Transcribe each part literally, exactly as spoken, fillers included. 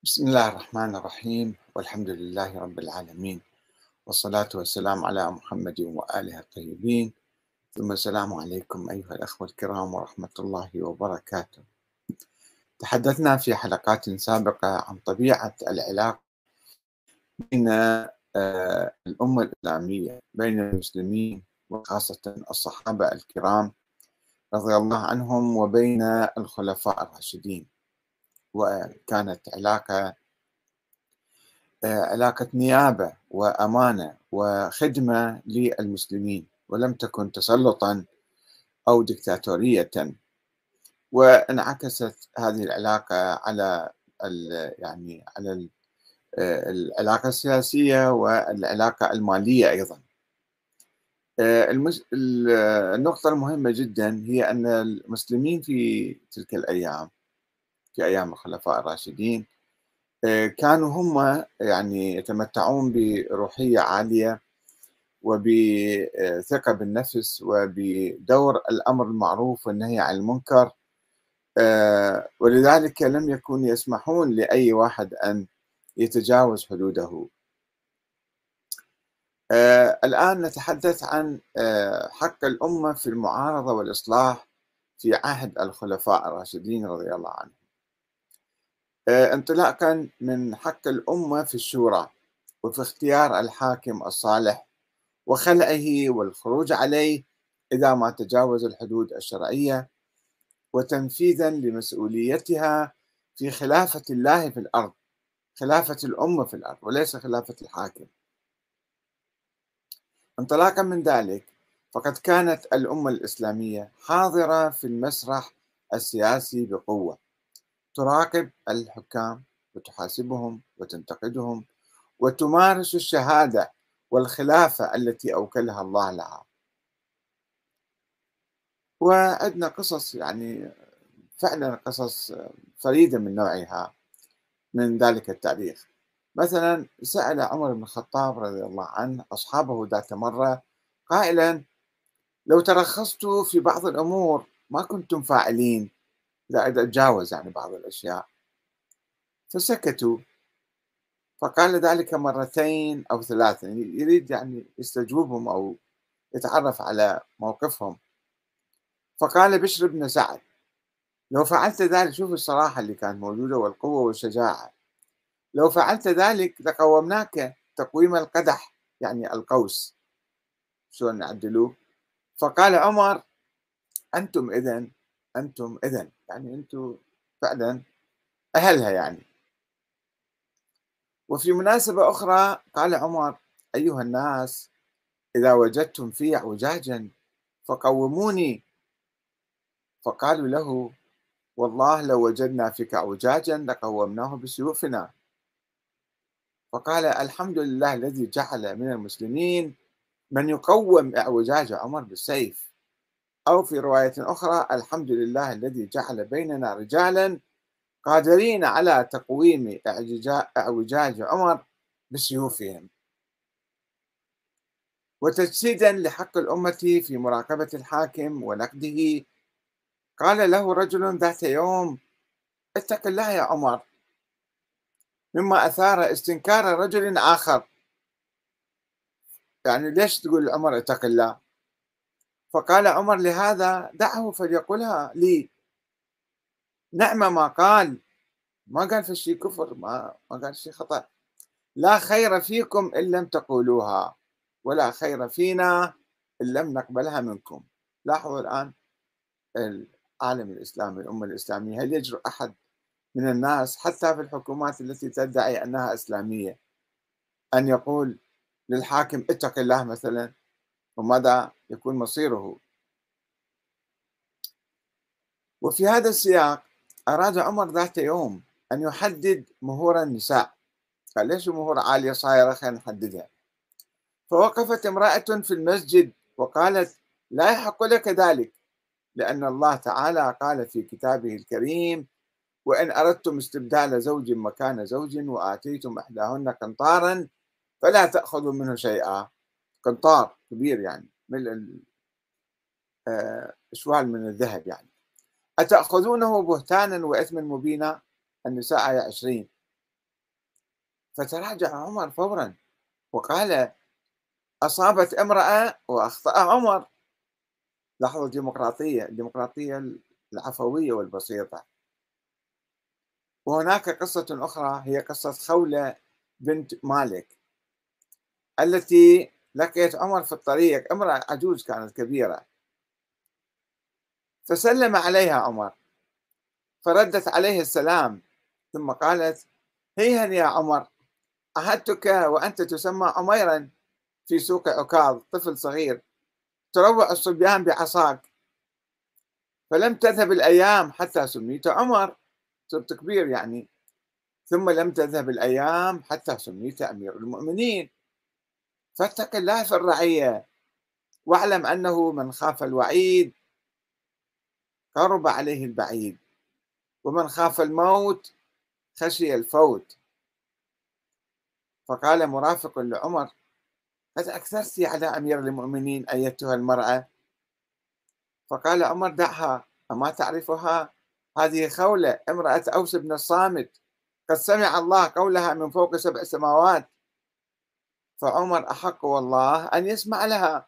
بسم الله الرحمن الرحيم والحمد لله رب العالمين والصلاة والسلام على محمد وآله الطيبين ثم السلام عليكم أيها الأخوة الكرام ورحمة الله وبركاته. تحدثنا في حلقات سابقة عن طبيعة العلاقة بين آه، الأمة الإسلامية بين المسلمين وخاصة الصحابة الكرام رضي الله عنهم وبين الخلفاء الراشدين، وكانت علاقة آه، علاقة نيابة وأمانة وخدمة للمسلمين، ولم تكن تسلطا أو دكتاتورية. وانعكست هذه العلاقة على ال- يعني على ال- آه، العلاقة السياسية والعلاقة المالية أيضا. آه، المس- ال- آه، النقطة المهمة جدا هي أن المسلمين في تلك الأيام، في أيام الخلفاء الراشدين، آه، كانوا هم يعني يتمتعون بروحية عالية وبثقة بالنفس وبدور الأمر المعروف والنهي عن المنكر. آه، ولذلك لم يكونوا يسمحون لأي واحد أن يتجاوز حدوده. آه، الآن نتحدث عن آه، حق الأمة في المعارضة والإصلاح في عهد الخلفاء الراشدين رضي الله عنهم، آه، انطلاقا من حق الأمة في الشورى وفي اختيار الحاكم الصالح وخلعه والخروج عليه إذا ما تجاوز الحدود الشرعية، وتنفيذا لمسؤوليتها في خلافة الله في الأرض، خلافة الأمة في الأرض وليس خلافة الحاكم. انطلاقا من ذلك فقد كانت الأمة الإسلامية حاضرة في المسرح السياسي بقوة، تراقب الحكام وتحاسبهم وتنتقدهم وتمارس الشهادة والخلافة التي أوكلها الله لها. وعندنا قصص يعني فعلا قصص فريدة من نوعها من ذلك التاريخ. مثلا سأل عمر بن الخطاب رضي الله عنه أصحابه ذات مرة قائلا: لو ترخصت في بعض الأمور ما كنتم فاعلين، إذا أتجاوز يعني بعض الأشياء. فسكتوا، فقال ذلك مرتين أو ثلاثة، يعني يريد يعني يستجوبهم أو يتعرف على موقفهم. فقال بشر بن سعد: لو فعلت ذلك، شوف الصراحة اللي كانت موجودة والقوة والشجاعة، لو فعلت ذلك لقومناك تقويم القدح، يعني القوس، شلون نعدلوه. فقال عمر: أنتم إذن، أنتم إذن، يعني أنتم فعلا أهلها يعني. وفي مناسبة أخرى قال عمر: أيها الناس، إذا وجدتم في اعوجاجا فقوموني. فقالوا له: والله لو وجدنا فيك اعوجاجا لقومناه بسيوفنا. فقال: الحمد لله الذي جعل من المسلمين من يقوم اعوجاج عمر بالسيف. أو في رواية أخرى: الحمد لله الذي جعل بيننا رجالا قادرين على تقويم اعوجا- اعوجاج عمر بسيوفهم. وتجسيدا لحق الأمة في مراقبة الحاكم ونقده، قال له رجل ذات يوم: اتق الله يا عمر، مما أثار استنكار رجل آخر. يعني ليش تقول عمر اتق الله؟ فقال عمر لهذا: دعه فليقلها لي. نعم ما قال، ما قال في شيء كفر، ما ما قال شيء خطأ. لا خير فيكم إن لم تقولوها، ولا خير فينا إن لم نقبلها منكم. لاحظوا الآن العالم الإسلامي، الأمة الإسلامية، هل يجرؤ أحد من الناس حتى في الحكومات التي تدعي أنها إسلامية أن يقول للحاكم اتق الله مثلا؟ وماذا يكون مصيره؟ وفي هذا السياق أراد عمر ذات يوم أن يحدد مهور النساء. قال: ليش مهور عالية صايرة، خلينا نحددها. فوقفت امرأة في المسجد وقالت: لا يحق لك ذلك، لأن الله تعالى قال في كتابه الكريم: وإن أردتم استبدال زوج مكان زوج وآتيتم إحداهن قنطارا فلا تأخذوا منه شيئا. قنطار كبير يعني ملء آه، شوال من الذهب يعني. أتأخذونه بهتانا وإثما مبينا. النساء آية عشرين. فتراجع عمر فورا وقال: أصابت امرأة وأخطأ عمر. لاحظوا الديمقراطية، الديمقراطية العفوية والبسيطة. وهناك قصة أخرى هي قصة خولة بنت مالك التي لقيت عمر في الطريق، امرأة عجوز كانت كبيرة، فسلم عليها عمر فردت عليه السلام، ثم قالت: هيها يا عمر، عهدتك وأنت تسمى عميرا في سوق عكاظ، طفل صغير تروع الصبيان بعصاك، فلم تذهب الأيام حتى سميت عمر، صرت كبير يعني، ثم لم تذهب الأيام حتى سميت أمير المؤمنين، فاتق الله في الرعية، واعلم أنه من خاف الوعيد قرب عليه البعيد، ومن خاف الموت خشي الفوت. فقال مرافق لعمر: قد أكثرت على أمير المؤمنين أيتها المرأة. فقال عمر: دعها، أما تعرفها؟ هذه خولة امرأة أوس بن الصامت، قد سمع الله قولها من فوق سبع سماوات، فعمر أحق والله أن يسمع لها.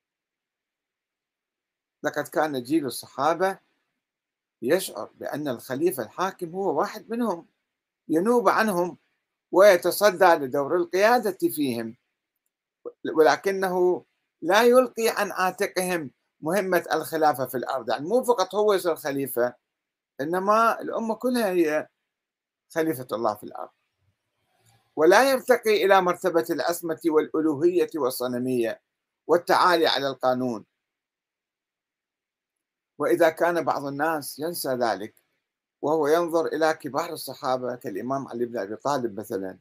لقد كان جيل الصحابة يشعر بأن الخليفة الحاكم هو واحد منهم، ينوب عنهم ويتصدى لدور القيادة فيهم، ولكنه لا يلقي عن عاتقهم مهمة الخلافة في الأرض، يعني مو فقط هو يصير خليفة، إنما الأمة كلها هي خليفة الله في الأرض، ولا يرتقي إلى مرتبة العصمة والألوهية والصنمية والتعالي على القانون. وإذا كان بعض الناس ينسى ذلك وهو ينظر إلى كبار الصحابة كالإمام علي بن أبي طالب مثلا،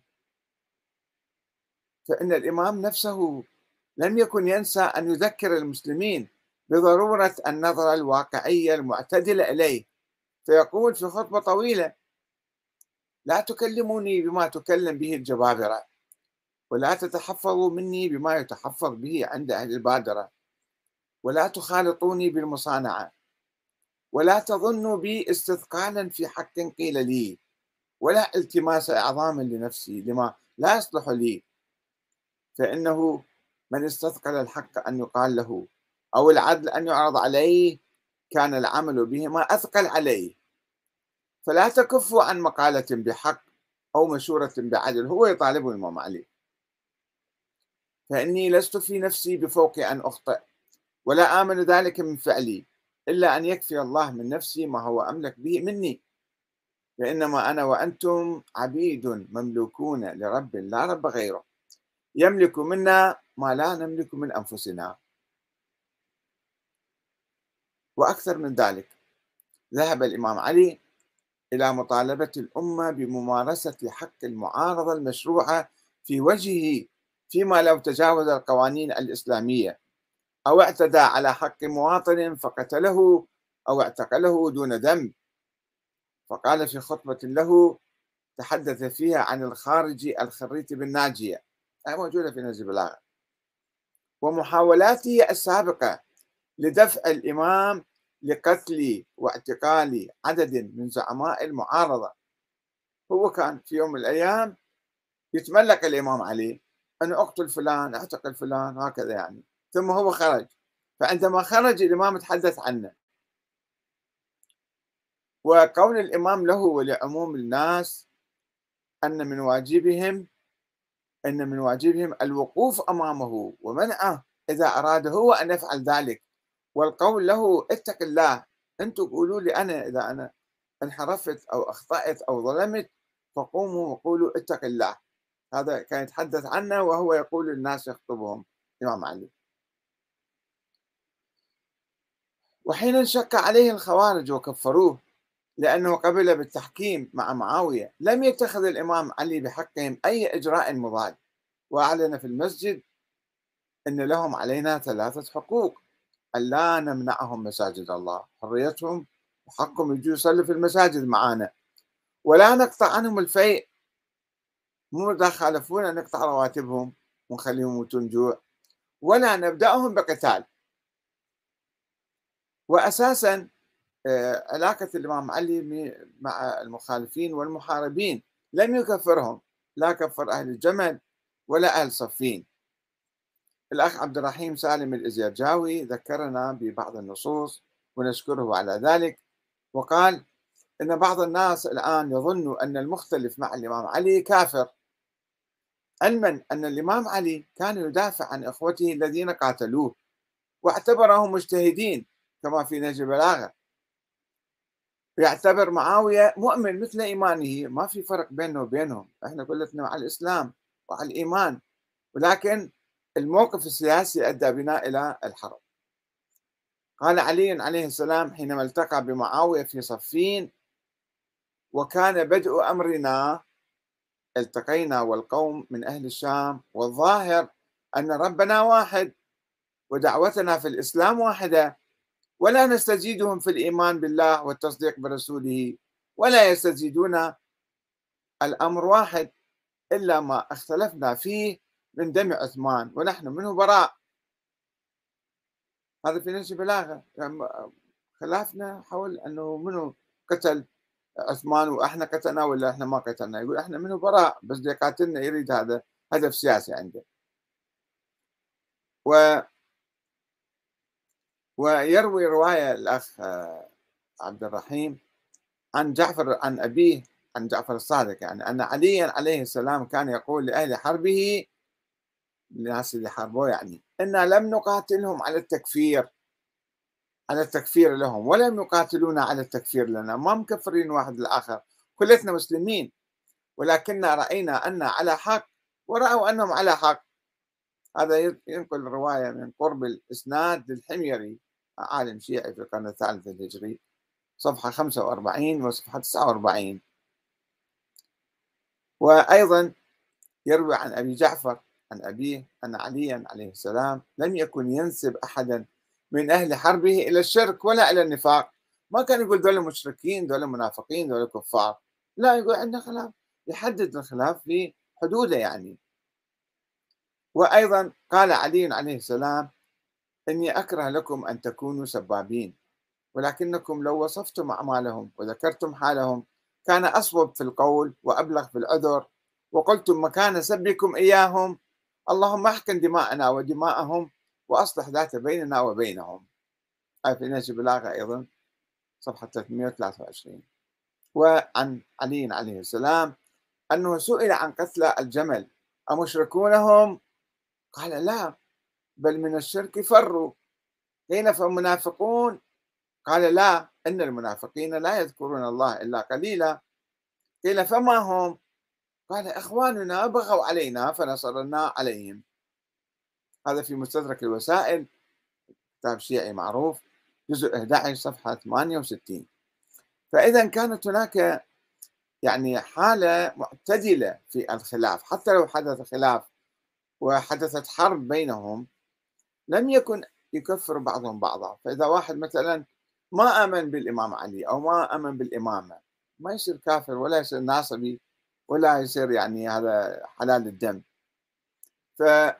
فإن الإمام نفسه لم يكن ينسى أن يذكر المسلمين بضرورة النظرة الواقعية المعتدلة إليه، فيقول في خطبة طويلة: لا تكلموني بما تكلم به الجبابرة، ولا تتحفظوا مني بما يتحفظ به عند أهل البادرة، ولا تخالطوني بالمصانعة، ولا تظنوا بي استثقالا في حق قيل لي، ولا التماس إعظام لنفسي لما لا يصلح لي، فإنه من استثقل الحق أن يقال له أو العدل أن يعرض عليه كان العمل بهما أثقل عليه، فلا تكفوا عن مقالة بحق أو مشورة بعدل. هو يطالب الإمام علي: فإني لست في نفسي بفوق أن أخطئ، ولا آمن ذلك من فعلي، إلا أن يكفي الله من نفسي ما هو أملك به مني، فإنما أنا وأنتم عبيد مملوكون لرب لا رب غيره، يملك منا ما لا نملك من أنفسنا. وأكثر من ذلك، ذهب الإمام علي إلى مطالبة الأمة بممارسة حق المعارضة المشروعة في وجهه، فيما لو تجاوز القوانين الإسلامية أو اعتدى على حق مواطن فقتله أو اعتقله دون ذنب. فقال في خطبة له تحدث فيها عن الخارجي الخريت بالناجية، موجودة في نهج البلاغة، ومحاولاته السابقة لدفع الإمام لقتل واعتقال عدد من زعماء المعارضة. هو كان في يوم من الأيام يتملك الإمام علي أن أقتل فلان، أعتقل فلان، هكذا يعني، ثم هو خرج، فعندما خرج الإمام تحدث عنه، وقول الإمام له ولعموم الناس أن من واجبهم أن من واجبهم الوقوف أمامه ومنعه إذا أراد هو أن يفعل ذلك، والقول له: اتق الله، أنتم قولوا لي أنا إذا أنا انحرفت أو أخطأت أو ظلمت، فقوموا وقولوا اتق الله. هذا كان يتحدث عنه وهو يقول للناس يخطبهم الإمام علي. وحين انشق عليه الخوارج وكفروه لأنه قبل بالتحكيم مع معاوية، لم يتخذ الإمام علي بحقهم أي إجراء مضاد، وأعلن في المسجد: إن لهم علينا ثلاثة حقوق: ألا نمنعهم مساجد الله، حريتهم وحقهم يجوا يصلوا في المساجد معانا، ولا نقطع عنهم الفيء، مو إذا خالفونا نقطع رواتبهم ونخليهم يموتون جوع، ولا نبدأهم بقتال. وأساسا آه، علاقة الإمام علي مع المخالفين والمحاربين لم يكفرهم، لا كفر أهل الجمل ولا أهل صفين. الأخ عبد الرحيم سالم الإزيرجاوي ذكرنا ببعض النصوص ونشكره على ذلك، وقال إن بعض الناس الآن يظن أن المختلف مع الإمام علي كافر، علما أن الإمام علي كان يدافع عن إخوته الذين قاتلوه واعتبرهم مجتهدين كما في نهج البلاغة، يعتبر معاوية مؤمن مثل إيمانه، ما في فرق بينه وبينهم، احنا كلنا على الإسلام وعلى الإيمان، ولكن الموقف السياسي أدى بنا إلى الحرب. قال علي عليه السلام حينما التقى بمعاوية في صفين: وكان بدء أمرنا التقينا والقوم من أهل الشام، والظاهر أن ربنا واحد ودعوتنا في الإسلام واحدة، ولا نستزيدهم في الإيمان بالله والتصديق برسوله، ولا يستزيدون الأمر واحد إلا ما اختلفنا فيه من دم عثمان ونحن منه براء. هذا في نهج البلاغة، يعني خلافنا حول أنه منه قتل عثمان وإحنا قتلنا ولا إحنا ما قتلنا، يقول إحنا منه براء، بس اللي قاتلنا يريد هذا هدف سياسي عنده. و ويروي رواية الأخ عبد الرحيم عن جعفر عن أبيه عن جعفر الصادق، يعني أن عليا عليه السلام كان يقول لأهل حربه، الناس اللي حاربوه، يعني إنا لم نقاتلهم على التكفير على التكفير لهم، ولم يقاتلونا على التكفير لنا، ما مكفرين واحد الآخر، كلنا مسلمين، ولكننا رأينا أن على حق ورأوا أنهم على حق. هذا ينقل رواية من قرب الإسناد للحميري، عالم شيعي في القرن الثالث الهجري، صفحة خمسة وأربعين وصفحة تسعة وأربعين. وأيضا يروي عن أبي جعفر عن أبيه أن عليا عليه السلام لم يكن ينسب أحدا من أهل حربه إلى الشرك ولا إلى النفاق، ما كان يقول دول مشركين دول منافقين دول كفار، لا، يقول عندنا خلاف، يحدد الخلاف في حدوده يعني. وأيضا قال علي عليه السلام: إني أكره لكم أن تكونوا سبابين، ولكنكم لو وصفتم أعمالهم وذكرتم حالهم كان أصوب في القول وأبلغ في العذر، وقلتم مكان سبكم إياهم اللهم احقن دماءنا ودماءهم وأصلح ذات بيننا وبينهم. هاي في نهج البلاغة أيضا صفحة ثلاثمئة وثلاثة وعشرين. وعن علي عليه السلام أنه سئل عن قتلى الجمل: أمشركونهم؟ قال لا، بل من الشرك فروا. قيل فالمنافقون؟ قال لا، إن المنافقين لا يذكرون الله إلا قليلا. قيل فما هم؟ قال إخواننا بغوا علينا فنصرنا عليهم. هذا في مستدرك الوسائل، كتاب شيعي معروف، جزء أحد عشر صفحة ثمانية وستين. فإذا كانت هناك يعني حالة معتدلة في الخلاف، حتى لو حدث خلاف وحدثت حرب بينهم لم يكن يكفر بعضهم بعضا. فإذا واحد مثلا ما آمن بالإمام علي أو ما آمن بالإمامة ما يصير كافر ولا يصير ناصبي ولا يصير يعني هذا حلال الدم. فهذه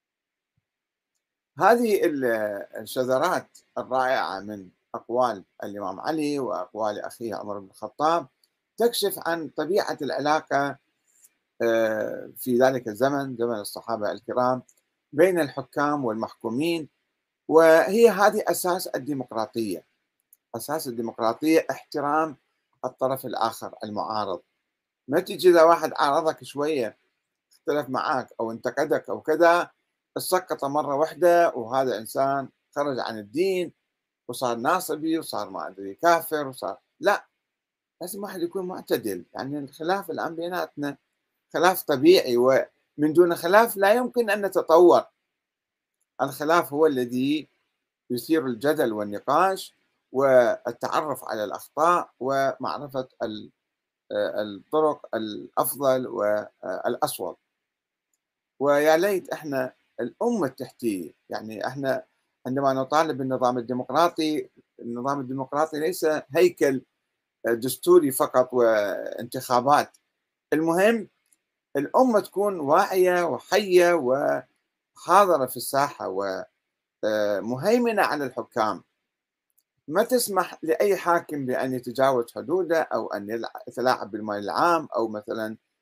الشذرات الرائعة من أقوال الإمام علي وأقوال أخيه عمر بن الخطاب تكشف عن طبيعة العلاقة في ذلك الزمن، زمن الصحابة الكرام، بين الحكام والمحكومين. وهي هذه أساس الديمقراطية. أساس الديمقراطية احترام الطرف الآخر المعارض. ما تجي إذا واحد عارضك شوية اختلف معك أو انتقدك أو كذا السقطه مرة واحدة وهذا إنسان خرج عن الدين وصار ناصبي وصار ما أدري كافر وصار، لا، لازم واحد يكون معتدل. يعني الخلاف الآن بيناتنا خلاف طبيعي، ومن دون خلاف لا يمكن أن نتطور. الخلاف هو الذي يثير الجدل والنقاش والتعرف على الأخطاء ومعرفة الطرق الأفضل والأصوب. ويا ليت إحنا الأمة التحتية، يعني إحنا عندما نطالب بالنظام الديمقراطي، النظام الديمقراطي ليس هيكل دستوري فقط وانتخابات، المهم الأمة تكون واعية وحية وحاضرة في الساحة ومهيمنة على الحكام، ما تسمح لأي حاكم بأن يتجاوز حدوده أو أن يتلاعب بالمال العام أو مثلا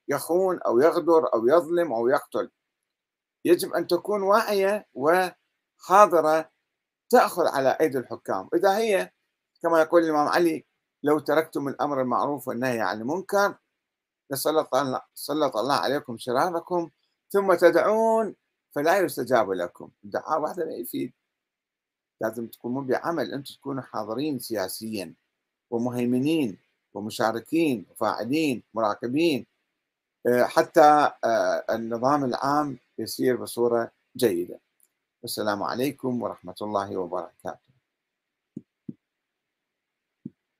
يخون أو يغدر أو يظلم أو يقتل. يجب أن تكون واعية وحاضرة، تأخذ على أيدي الحكام. إذا هي كما يقول الإمام علي: لو تركتم الأمر المعروف والنهي عن المنكر لسلط الله سلط الله عليكم شراركم ثم تدعون فلا يستجاب لكم. الدعاء وحده لا يفيد، لازم تقومون بعمل، أنتم تكونوا حاضرين سياسيا ومهيمنين ومشاركين وفاعلين مراقبين، آه، حتى آه، النظام العام يسير بصورة جيدة. والسلام عليكم ورحمة الله وبركاته.